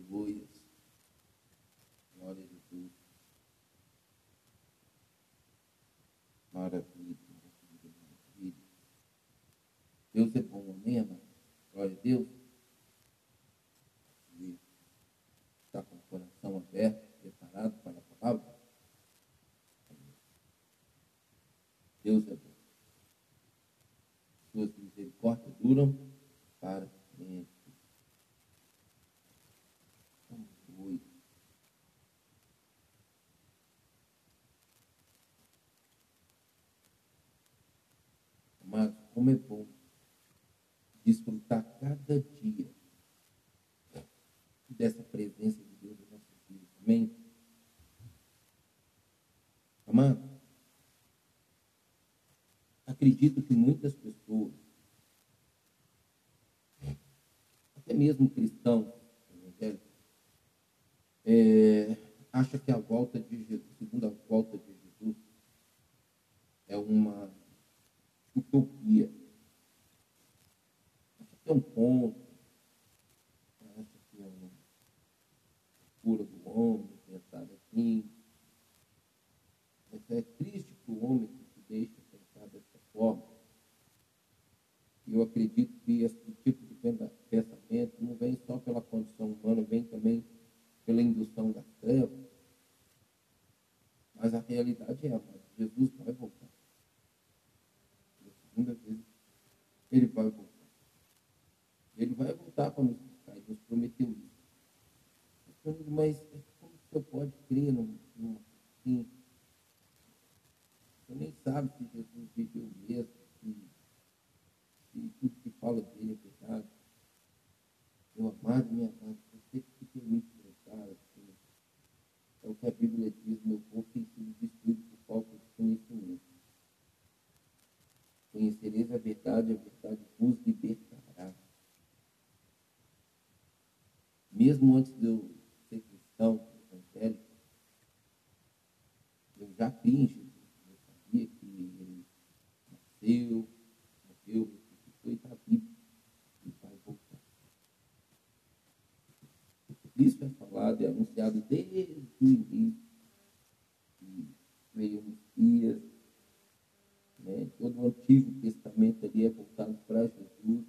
Aleluia. Glória a Jesus. Maravilha, maravilha, maravilha. Deus é bom, amém, amado? Glória a Deus. E está com o coração aberto, preparado para a palavra. Deus é bom. Suas misericórdias duram para sempre. Aleluia. Mas como é bom desfrutar cada dia dessa presença de Deus em nossas vidas. Amém? Amado, acredito que muitas pessoas, até mesmo cristãos evangélicos, acham que a volta de Jesus, segunda volta de Jesus, é uma utopia. Acha que é um ponto, acha que é uma cura do homem, pensar assim. Mas é triste para o homem que se deixa pensar dessa forma. E eu acredito que esse tipo de pensamento não vem só pela condição humana, vem também pela indução das trevas. Mas a realidade é, amado, Jesus vai voltar. Pela segunda vez, ele vai voltar. Ele vai voltar para nos buscar, ele nos prometeu isso. Mas como que você pode crer num assim? Você nem sabe se Jesus viveu mesmo, se tudo que fala dele é verdade. Meu amado, minha amada, você que se permite pensar assim, é o que a Bíblia diz: meu povo tem sido destruído por falta de conhecimento. Conhecereis a verdade vos libertará. Mesmo antes de eu ser cristão, evangélico, eu já criei em Jesus. Eu sabia que ele nasceu, morreu, ressuscitou e está vivo. E vai voltar. Isso é falado e anunciado desde o início. Que veio o Messias, né? Todo o Antigo Testamento ali é voltado para Jesus.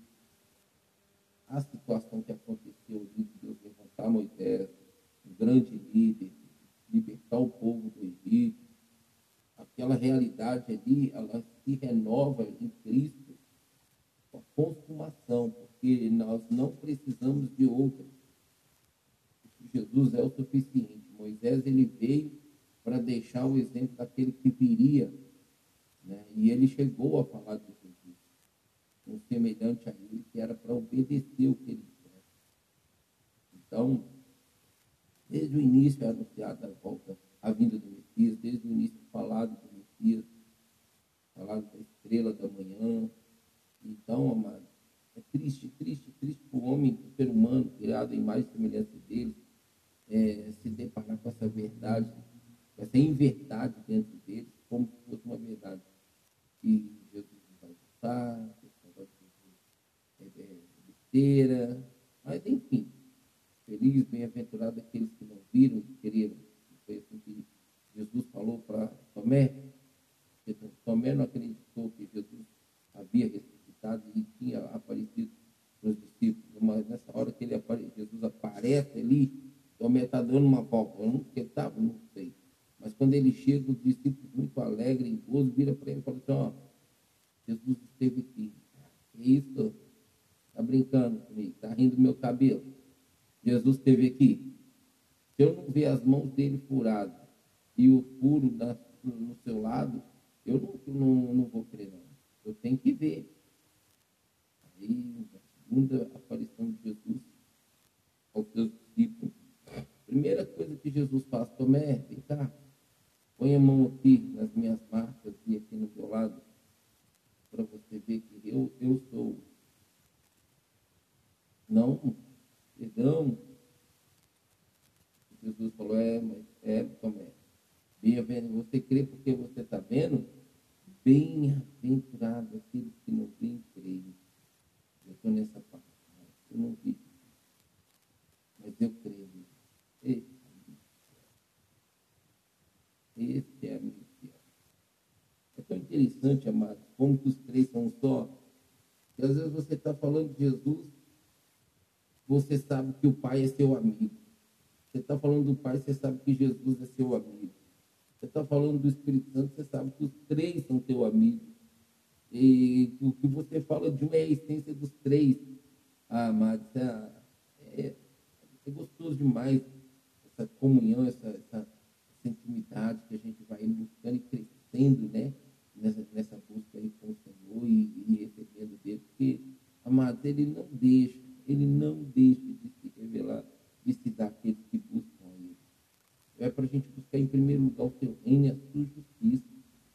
A situação que aconteceu ali de Deus levantar Moisés, um grande líder, libertar o povo do Egito, aquela realidade ali, ela se renova em Cristo com a consumação, porque nós não precisamos de outra. Jesus é o suficiente. Moisés, ele veio para deixar o exemplo daquele que viria, né? E ele chegou a falar de Jesus, um semelhante a ele, que era para obedecer o que ele dissesse. Então, desde o início é anunciada a volta, a vinda do Messias, desde o início falado do Messias, falado da estrela da manhã. Então, amado, é triste, triste, triste para o homem, para o ser humano, criado em mais semelhança dele, se deparar com essa verdade, com essa inverdade dentro deles, como se fosse uma verdade. Que Jesus não vai voltar, que esse negócio de Jesus é besteira, mas enfim, feliz, bem-aventurado aqueles que não viram e creram. Foi assim que Jesus falou para Tomé, porque Tomé não acreditou que Jesus havia ressuscitado e tinha aparecido para os discípulos, mas nessa hora que Jesus aparece ali, Tomé está dando uma volta, onde ele estava, não sei. Mas quando ele chega, os discípulos muito alegres, em gozo, viram para ele e falam assim: ó, Jesus esteve aqui. Que isso? Está brincando comigo? Está rindo do meu cabelo? Jesus esteve aqui. Se eu não ver as mãos dele furadas e o furo no seu lado, eu não vou crer, não. Eu tenho que ver. Aí, a segunda aparição de Jesus aos seus discípulos, primeira coisa que Jesus faz: Tomé, vem cá, põe a mão aqui nas minhas marcas e aqui no meu lado, para você ver que eu sou. Não, perdão. Jesus falou: mas Tomé, você crê porque você está vendo? Bem-aventurado aqueles que não veem e creem. Eu estou nessa parte, eu não vi, mas eu creio. interessante, amado, como que os três são um só. E às vezes você está falando de Jesus, você sabe que o Pai é seu amigo. Você está falando do Pai, você sabe que Jesus é seu amigo. Você está falando do Espírito Santo, você sabe que os três são teu amigo. E o que você fala de um é a essência dos três. Ah, amado, é gostoso demais essa comunhão, essa intimidade que a gente vai buscando e crescendo, né? Nessa busca aí com o Senhor e recebendo dele. Porque, amados, ele não deixa de se revelar, de se dar àqueles que buscam a ele. É para a gente buscar em primeiro lugar o seu reino e a sua justiça.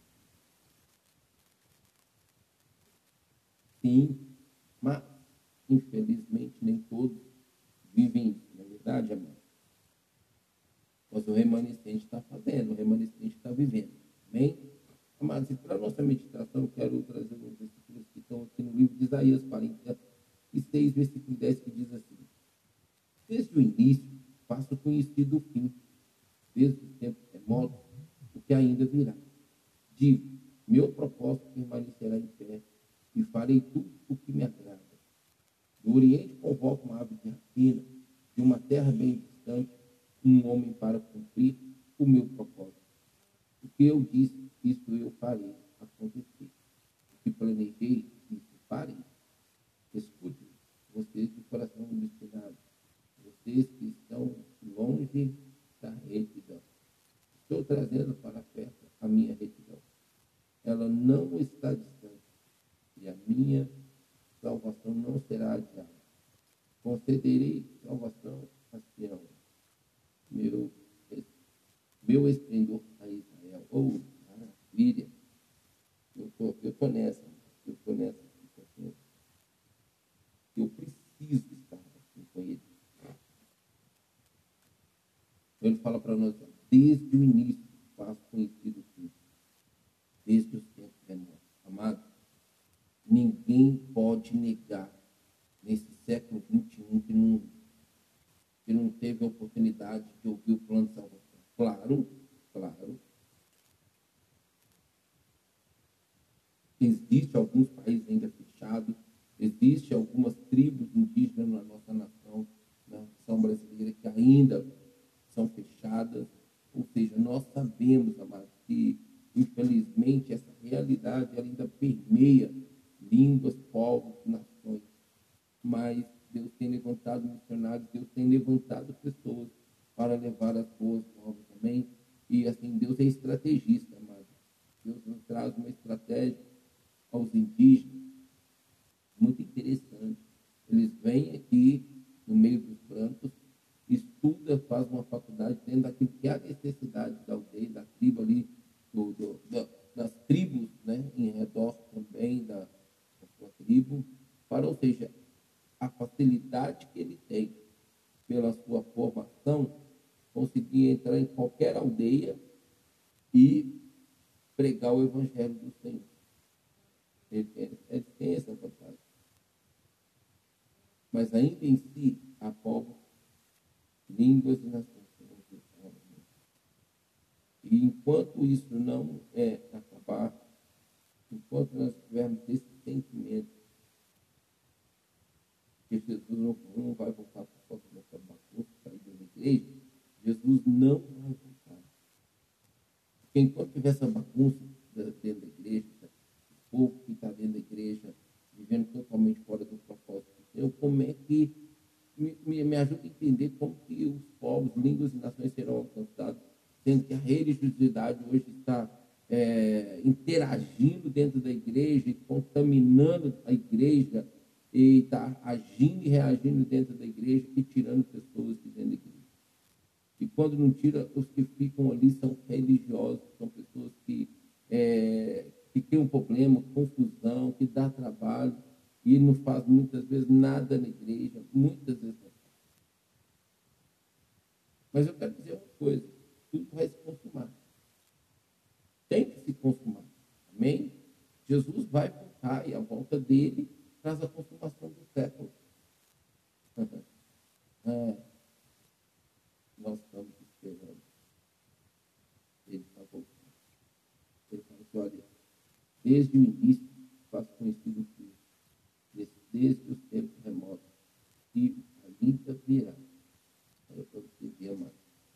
Sim, mas, infelizmente, nem todos vivem isso, não é verdade, amado? Mas o remanescente está fazendo, o remanescente está vivendo. Amém? Amados, e para a nossa meditação, eu quero trazer alguns versículos que estão aqui no livro de Isaías 46, versículo 10, que diz assim: desde o início, faço conhecido o fim, desde os tempos remotos, o que ainda virá. Digo, meu propósito permanecerá em pé, e farei tudo o que me agrada. Do Oriente convoco uma ave de rapina, de uma terra bem distante, um homem para cumprir o meu propósito. O que eu disse, isso eu farei acontecer. O que planejei, isso farei. Escute, vocês de coração obstinado, vocês que estão longe da retidão. Estou trazendo para perto a minha retidão. Ela não está distante, e a minha salvação não será adiada. Concederei salvação a Sião, meu, meu esplendor a Israel. Oh, maravilha! Eu tô nessa, eu tô nessa situação. Eu preciso estar assim com ele. Ele fala para nós, desde o início, faço conhecido o fim, desde os tempos remotos. Amado, ninguém pode negar nesse século XXI que não teve a oportunidade de ouvir o plano de salvação. Claro, claro. Existe alguns países ainda fechados, existe algumas tribos indígenas na nossa nação, na nação brasileira, que ainda são fechadas. Ou seja, nós sabemos, amados, que infelizmente essa realidade ela ainda permeia línguas, povos, nações. Mas Deus tem levantado missionários, Deus tem levantado pessoas para levar as boas novas também. E assim, Deus é estrategista, amado. Deus nos traz uma estratégia aos indígenas muito interessante. Eles vêm aqui no meio dos brancos, estuda, faz uma faculdade dentro daquilo que é a necessidade da aldeia, da tribo ali, das tribos, né, em redor também da sua tribo, para, ou seja, a facilidade que ele tem pela sua formação, conseguir entrar em qualquer aldeia e pregar o evangelho do Senhor. Ele tem essa vantagem. Mas ainda em si, há povos, línguas e nações. E enquanto isso não acabar, enquanto nós tivermos esse sentimento que Jesus não vai voltar por causa dessa bagunça para ir dentro da igreja, Jesus não vai voltar. Porque enquanto tiver essa bagunça dentro da igreja, o povo que está dentro da igreja, vivendo totalmente fora do propósito do Senhor, como é que me ajuda a entender como que os povos, línguas e nações serão alcançados, sendo que a religiosidade hoje está interagindo dentro da igreja e contaminando a igreja e está agindo e reagindo dentro da igreja e tirando pessoas de dentro da igreja. E quando não tira, os que ficam ali são religiosos, são pessoas que criam um problema, confusão, que dá trabalho e não faz muitas vezes nada na igreja, muitas vezes não faz. Mas eu quero dizer uma coisa, tudo vai se consumar. Tem que se consumar. Amém? Jesus vai voltar e a volta dele traz a consumação do século. Nós estamos esperando. Ele está voltando. Ele fala assim, olha, desde o início, faço conhecido que desde os tempos remotos, e ainda virá. Para você ver, amado.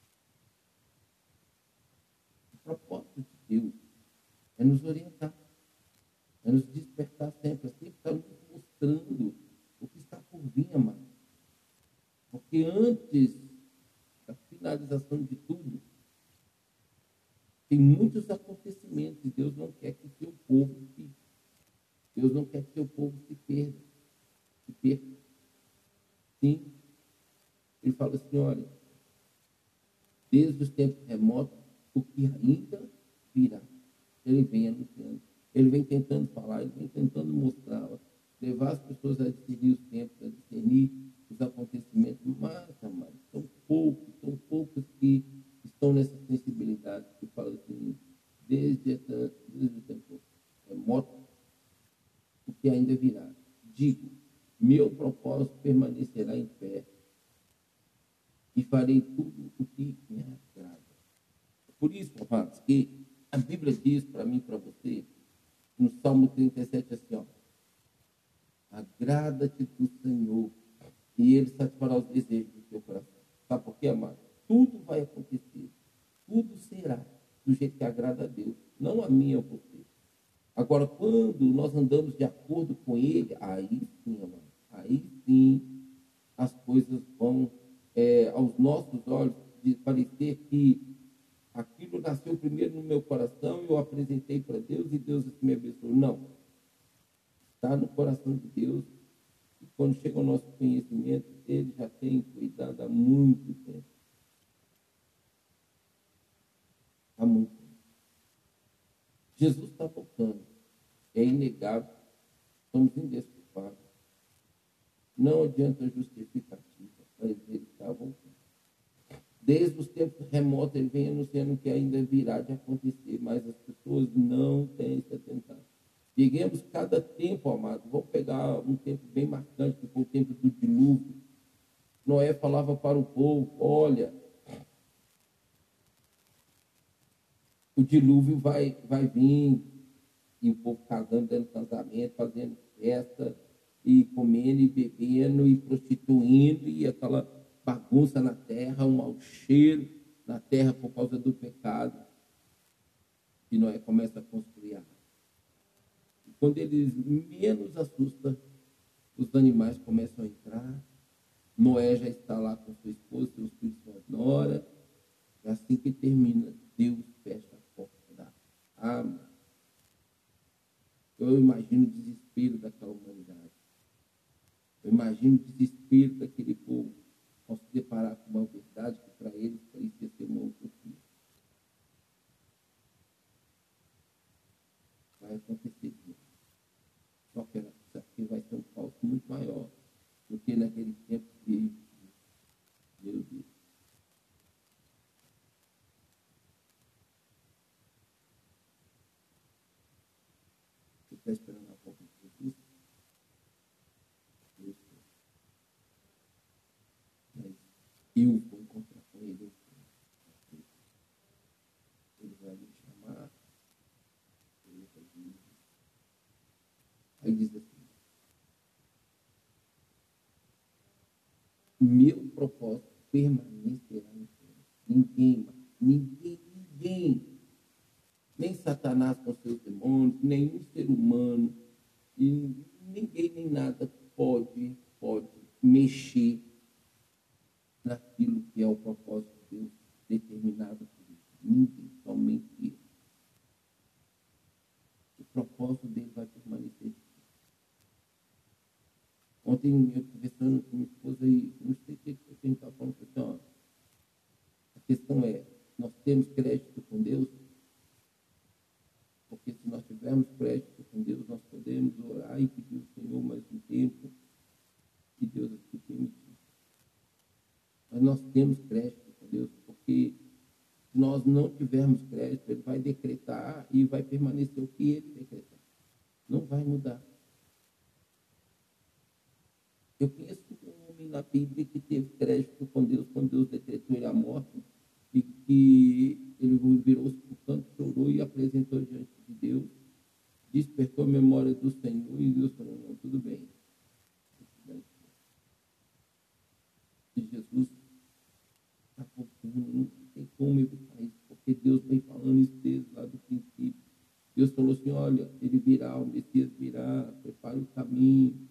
O propósito de Deus é nos orientar, é nos despertar sempre, sempre está nos mostrando o que está por vir, amado. Porque antes da finalização de tudo, tem muitos acontecimentos e Deus não quer que seu povo fique. Deus não quer que seu povo se perca. Se perca. Sim. Ele fala assim, olha, desde os tempos remotos, o que ainda virá. Ele vem anunciando. Ele vem tentando falar, ele vem tentando mostrar, levar as pessoas a discernir os tempos, a discernir os acontecimentos. Mas, amados, são poucos que estão nessa sensibilidade, que falam assim, desde o tempo remoto, o que ainda virá. Digo, meu propósito permanecerá em pé e farei tudo o que me agrada. Por isso, amados, que a Bíblia diz para mim e para você, no Salmo 37, assim, ó, agrada-te do Senhor e Ele satisfará os desejos do teu coração. Sabe por quê, amado? Tudo vai acontecer, tudo será do jeito que agrada a Deus, não a mim ou a você. Agora, quando nós andamos de acordo com Ele, aí sim, amado, aí sim as coisas vão, aos nossos olhos, de parecer que aquilo nasceu primeiro no meu coração, eu apresentei para Deus e Deus me abençoou. Não. Está no coração de Deus. E quando chega o nosso conhecimento, Ele já tem cuidado há muito tempo. Há muito tempo. Jesus está voltando. É inegável. Somos indesculpáveis. Não adianta justificativa, mas Ele está voltando. Desde os tempos remotos, Ele vem anunciando que ainda virá de acontecer, mas as pessoas não têm se atentado. Peguemos cada tempo, amado. Vamos pegar um tempo bem marcante, que foi o tempo do dilúvio. Noé falava para o povo, olha, o dilúvio vai vir, e o povo casando, dando casamento, fazendo festa, e comendo, e bebendo, e prostituindo, e aquela bagunça na terra, um mau cheiro na terra por causa do pecado. E Noé começa a construir a arca. E quando eles menos assustam, os animais começam a entrar. Noé já está lá com sua esposa, seus filhos, sua nora. É assim que termina, Deus fecha a porta da arca. Eu imagino o desespero daquela humanidade. Eu imagino o desespero daquele povo ao se deparar com uma verdade que para eles parecia ser uma utopia. Vai acontecer isso. Só que isso aqui vai ser um falso muito maior do que naquele tempo que meu Deus. Você está esperando a volta de Jesus? Eu estou. Mas eu vou encontrar com Ele. Ele vai me chamar. Ele vai me... Aí diz assim, meu propósito permanecerá em pé. Ninguém, nem Satanás com seus demônios, nenhum ser humano, e ninguém nem nada pode mexer naquilo que é o propósito de Deus determinado por ele. Ninguém, somente ele. O propósito dele vai permanecer. Ontem eu conversando com minha esposa e não sei o que a gente estava falando, assim, ó, a questão é, nós temos crédito com Deus? Porque se nós tivermos crédito com Deus, nós podemos orar e pedir ao Senhor mais um tempo que Deus assim permitir. Mas nós temos crédito com Deus, porque se nós não tivermos crédito, Ele vai decretar e vai permanecer o que Ele decretar. Não vai mudar. Eu conheço um homem na Bíblia que teve crédito com Deus quando Deus decretou ele a morte e que ele virou-se para o canto, chorou e apresentou diante de Deus. despertou a memória do Senhor e Deus falou, não, tudo bem. E Jesus está voltando, não tem como evitar isso, porque Deus vem falando isso desde lá do princípio. Deus falou assim, olha, ele virá, o Messias virá, prepare o caminho.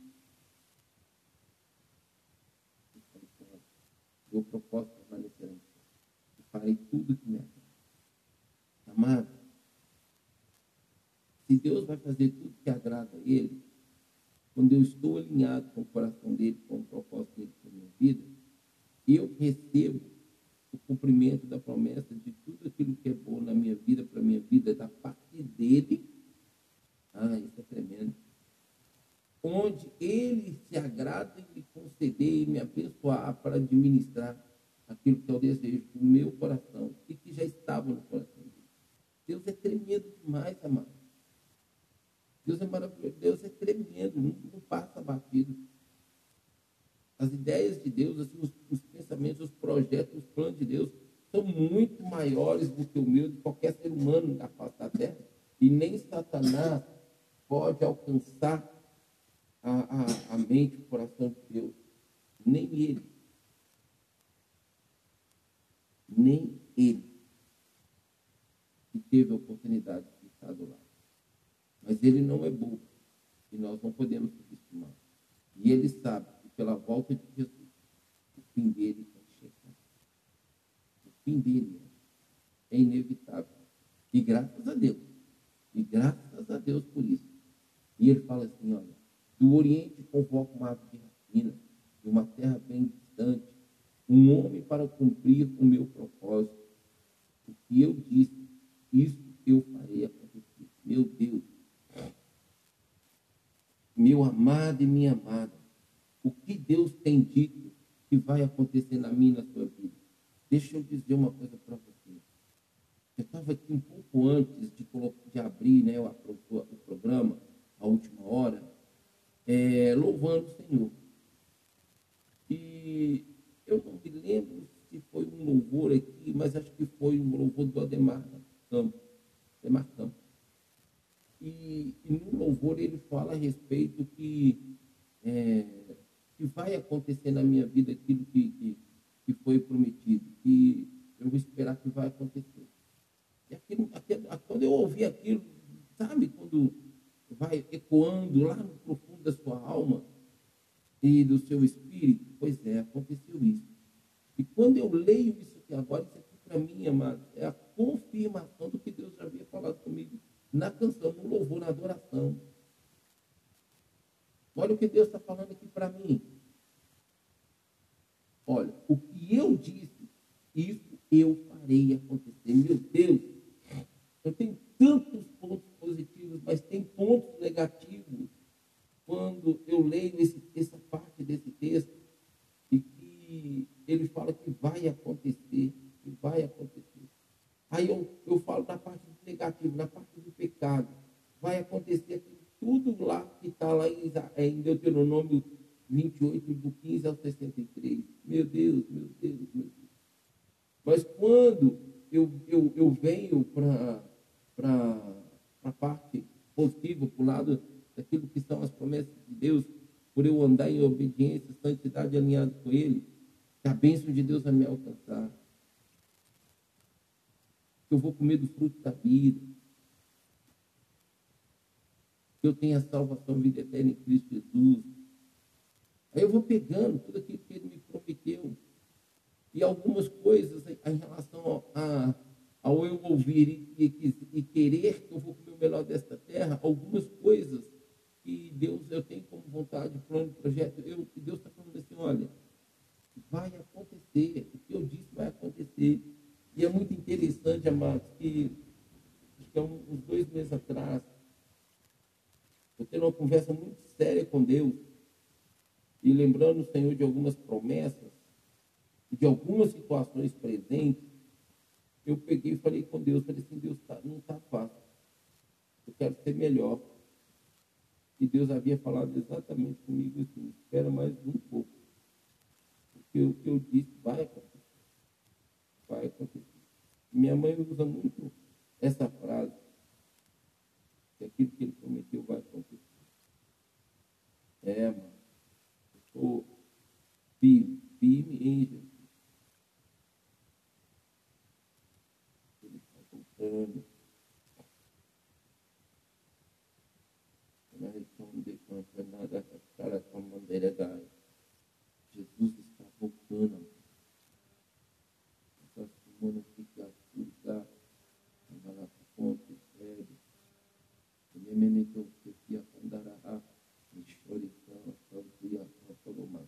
Meu propósito permanecerá em pé. Eu farei tudo que me agrada. Amado, se Deus vai fazer tudo que agrada a Ele, quando eu estou alinhado com o coração dEle, com o propósito dEle para a minha vida, eu recebo o cumprimento da promessa de tudo aquilo que é bom na minha vida, para a minha vida, da parte dEle. Ah, isso é tremendo. Onde Ele se agrada em me conceder e me abençoar para administrar aquilo que é o desejo do meu coração e que já estava no coração dele. Deus é tremendo demais, amado. Deus é maravilhoso, Deus é tremendo, não passa batido. As ideias de Deus, assim, os pensamentos, os projetos, os planos de Deus são muito maiores do que o meu, de qualquer ser humano da face da terra. E nem Satanás pode alcançar a mente, o coração de Deus. Nem ele. Nem ele. Que teve a oportunidade de estar do lado. Mas ele não é bobo. E nós não podemos subestimar. E ele sabe que pela volta de Jesus, o fim dele vai chegar. O fim dele é inevitável. E graças a Deus. E graças a Deus por isso. E ele fala assim, olha, do Oriente convoca uma ave de rapina, de uma terra bem distante, um homem para cumprir o meu propósito. O que eu disse, isso eu farei acontecer. Meu Deus. Meu amado e minha amada, o que Deus tem dito que vai acontecer na minha e na sua vida? Deixa eu dizer uma coisa para você. Eu estava aqui um pouco antes de abrir, né, o programa, a última hora, louvando o Senhor. E eu não me lembro se foi um louvor aqui, mas acho que foi um louvor do Ademar Campos. E no louvor ele fala a respeito que vai acontecer na minha vida aquilo que foi prometido, que eu vou esperar que vai acontecer. E quando eu ouvi aquilo, sabe, quando vai ecoando lá no profundo da sua alma e do seu espírito, pois é, aconteceu isso. E quando eu leio isso aqui agora, isso aqui para mim, amado, é a confirmação do que Deus já havia falado comigo na canção, no louvor, na adoração. Olha o que Deus está falando aqui para mim. Olha, o que eu disse, isso eu farei acontecer. Meu Deus, eu tenho tantos pontos positivos, mas tem pontos negativos quando eu leio essa parte desse texto e que ele fala que vai acontecer, que vai acontecer. Aí eu falo na parte do negativo, na parte do pecado. Vai acontecer tudo lá que está lá em Deuteronômio 28, do 15 ao 63. Meu Deus, meu Deus, meu Deus. Mas quando eu venho para a parte positiva, para o lado daquilo que são as promessas de Deus, por eu andar em obediência, santidade alinhado com Ele, que a bênção de Deus vai me alcançar. Que eu vou comer do fruto da vida. Que eu tenho a salvação, vida eterna em Cristo Jesus. Aí eu vou pegando tudo aquilo que Ele me prometeu. E algumas coisas em relação ao eu ouvir e querer que eu vou comer o melhor desta terra, algumas coisas que eu tenho como vontade, plano, projeto, e Deus está falando assim, olha, vai acontecer, o que eu disse vai acontecer. E é muito interessante, amados, que há uns 2 meses atrás, eu tendo uma conversa muito séria com Deus, e lembrando o Senhor de algumas promessas, de algumas situações presentes, eu peguei e falei com Deus, falei assim, Deus, não está fácil, eu quero ser melhor. E Deus havia falado exatamente comigo assim, espera mais um pouco, porque o que eu disse vai acontecer. Vai acontecer. Minha mãe usa muito essa frase, que aquilo que ele prometeu vai acontecer. Mano, eu estou firme em Jesus. Ele está voltando. Nós estamos decantando nada para a bandeira da Jesus está voltando. Essa semana fica surda, andar por ponte, sério. Ele me meteu que ia andar a choricão, tanto ia falou mais.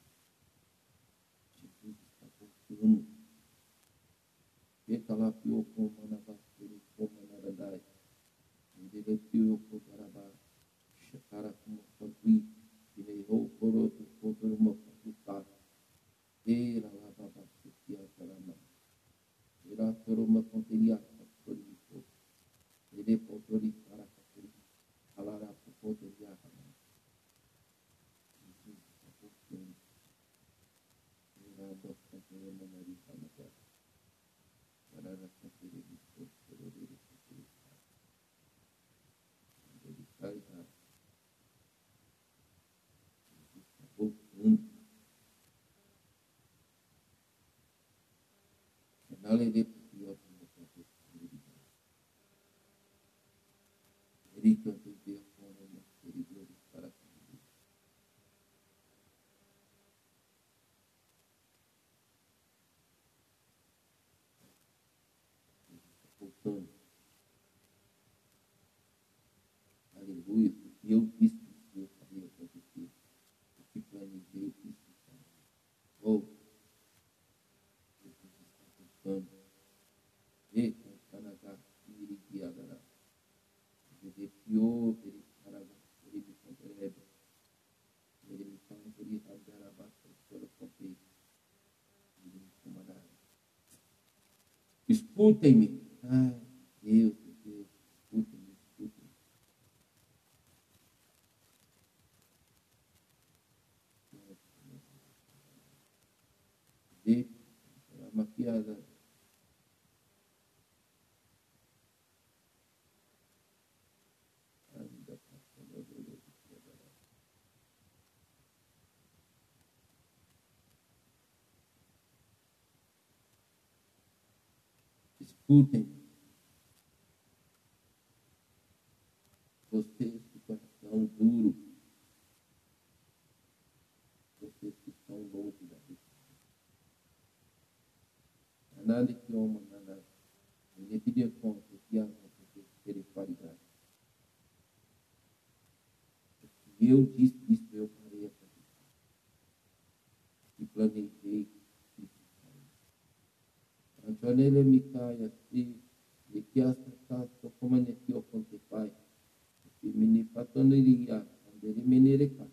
Jesus está voltando. Fica lá pior como na basqueira, como na verdade. Ele pior como na cara como foi, ele errou por outro uma faculdade. Era lá babá, que aquela mãe. Era por uma conteria, por isso. Ele poderia para a falar a poderia. Jesus está voltando. Era a nossa terra na vida na terra. Para a nossa terra de Deus, por ele cai na voltando. Não lhe dê pior como ele canta ver com uma seguidores para seguir. Voltando. Aleluia. E eu disse que eu faria acontecer. O que planejei, isso. Oh, Jesus está voltando. E Canadá, Miridiadará. Ele pior, ele Canadá, ele me contrebe. Ele me fala que ele radará bastante pelo contexto. Ele me comandará. Escutem-me. Ai, Deus, escutem-me, escutem-me. Vê, é uma piada. Escutem, vocês de coração duro, vocês que estão longe da vida. Nada que homem, nada. Ele pedia conta que a vocês terem qualidade. Eu disse isso, eu parei a acontecer. E planejei isso. Antonelli me cai assim, e que essa casa, como é que eu contei pai, e me fatando iria, ele me nereca.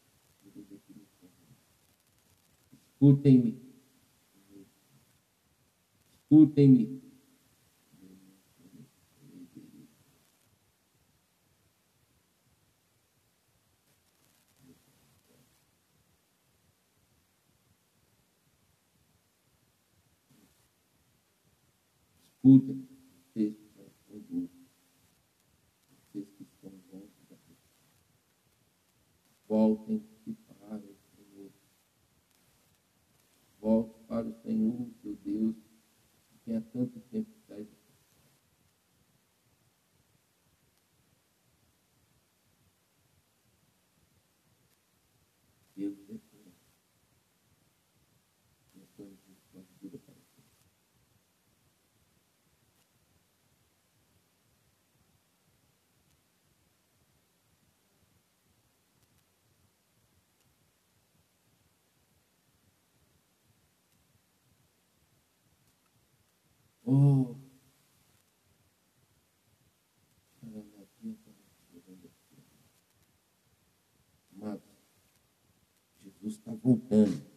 Escutem-me. Escutem-me. Escutem, vocês que estão todos, vocês que estão longe da pessoa. Voltem e para o Senhor. Volte para o Senhor, seu Deus, que há tanto tempo está aí. Deus é bom. Nós estamos com ajuda para você. Oh, amados, Jesus está voltando.